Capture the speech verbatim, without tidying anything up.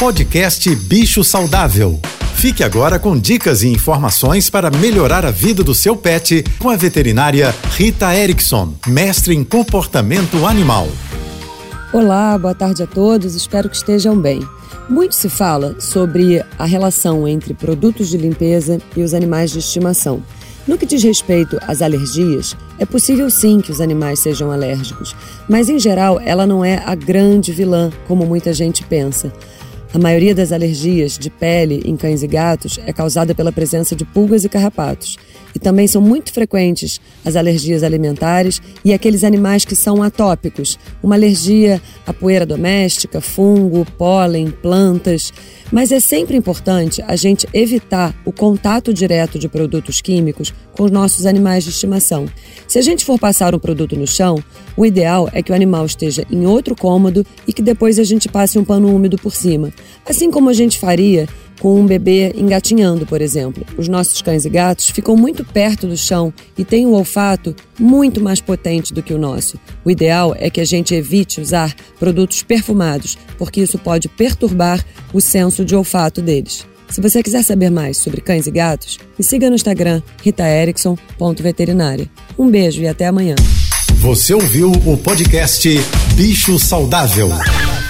Podcast Bicho Saudável. Fique agora com dicas e informações para melhorar a vida do seu pet com a veterinária Rita Erickson, mestre em comportamento animal. Olá, boa tarde a todos, espero que estejam bem. Muito se fala sobre a relação entre produtos de limpeza e os animais de estimação. No que diz respeito às alergias, é possível sim que os animais sejam alérgicos, mas em geral ela não é a grande vilã, como muita gente pensa. A maioria das alergias de pele em cães e gatos é causada pela presença de pulgas e carrapatos. E também são muito frequentes as alergias alimentares e aqueles animais que são atópicos, uma alergia à poeira doméstica, fungo, pólen, plantas. Mas é sempre importante a gente evitar o contato direto de produtos químicos com os nossos animais de estimação. Se a gente for passar um produto no chão, o ideal é que o animal esteja em outro cômodo e que depois a gente passe um pano úmido por cima. Assim como a gente faria com um bebê engatinhando, por exemplo. Os nossos cães e gatos ficam muito perto do chão e têm um olfato muito mais potente do que o nosso. O ideal é que a gente evite usar produtos perfumados, porque isso pode perturbar o senso de olfato deles. Se você quiser saber mais sobre cães e gatos, me siga no Instagram, rita erickson ponto veterinária. Um beijo e até amanhã. Você ouviu o podcast Bicho Saudável.